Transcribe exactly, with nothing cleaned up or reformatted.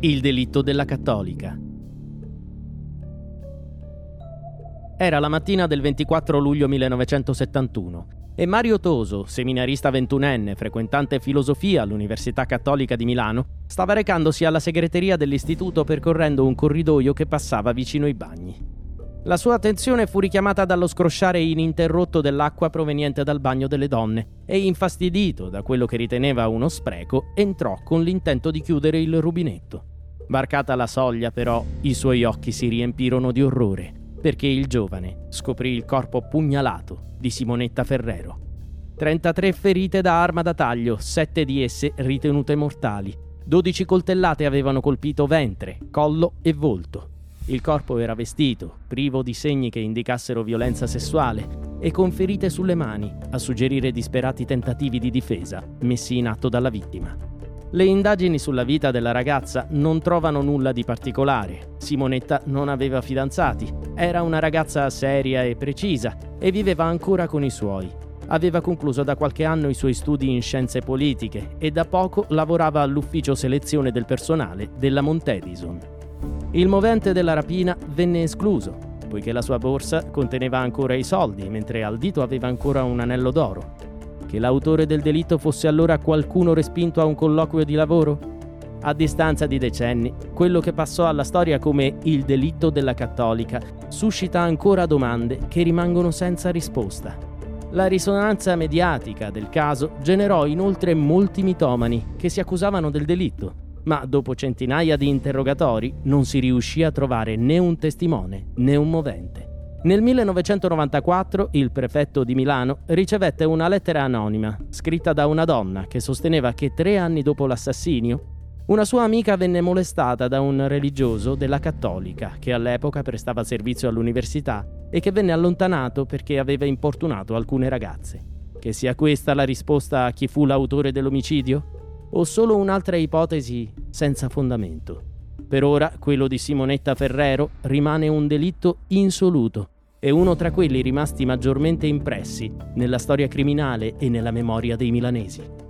Il delitto della Cattolica. Era la mattina del ventiquattro luglio millenovecentosettantuno e Mario Toso, seminarista ventunenne, frequentante filosofia all'Università Cattolica di Milano, stava recandosi alla segreteria dell'istituto percorrendo un corridoio che passava vicino ai bagni. La sua attenzione fu richiamata dallo scrosciare ininterrotto dell'acqua proveniente dal bagno delle donne e, infastidito da quello che riteneva uno spreco, entrò con l'intento di chiudere il rubinetto. Varcata la soglia, però, i suoi occhi si riempirono di orrore, perché il giovane scoprì il corpo pugnalato di Simonetta Ferrero. trentatré ferite da arma da taglio, sette di esse ritenute mortali. dodici coltellate avevano colpito ventre, collo e volto. Il corpo era vestito, privo di segni che indicassero violenza sessuale e con ferite sulle mani, a suggerire disperati tentativi di difesa messi in atto dalla vittima. Le indagini sulla vita della ragazza non trovano nulla di particolare. Simonetta non aveva fidanzati, era una ragazza seria e precisa e viveva ancora con i suoi. Aveva concluso da qualche anno i suoi studi in scienze politiche e da poco lavorava all'ufficio selezione del personale della Montedison. Il movente della rapina venne escluso, poiché la sua borsa conteneva ancora i soldi, mentre al dito aveva ancora un anello d'oro. Che l'autore del delitto fosse allora qualcuno respinto a un colloquio di lavoro? A distanza di decenni, quello che passò alla storia come il delitto della Cattolica suscita ancora domande che rimangono senza risposta. La risonanza mediatica del caso generò inoltre molti mitomani che si accusavano del delitto, ma dopo centinaia di interrogatori non si riuscì a trovare né un testimone né un movente. Nel millenovecentonovantaquattro il prefetto di Milano ricevette una lettera anonima scritta da una donna che sosteneva che tre anni dopo l'assassinio una sua amica venne molestata da un religioso della Cattolica che all'epoca prestava servizio all'università e che venne allontanato perché aveva importunato alcune ragazze. Che sia questa la risposta a chi fu l'autore dell'omicidio? O solo un'altra ipotesi senza fondamento? Per ora quello di Simonetta Ferrero rimane un delitto insoluto e uno tra quelli rimasti maggiormente impressi nella storia criminale e nella memoria dei milanesi.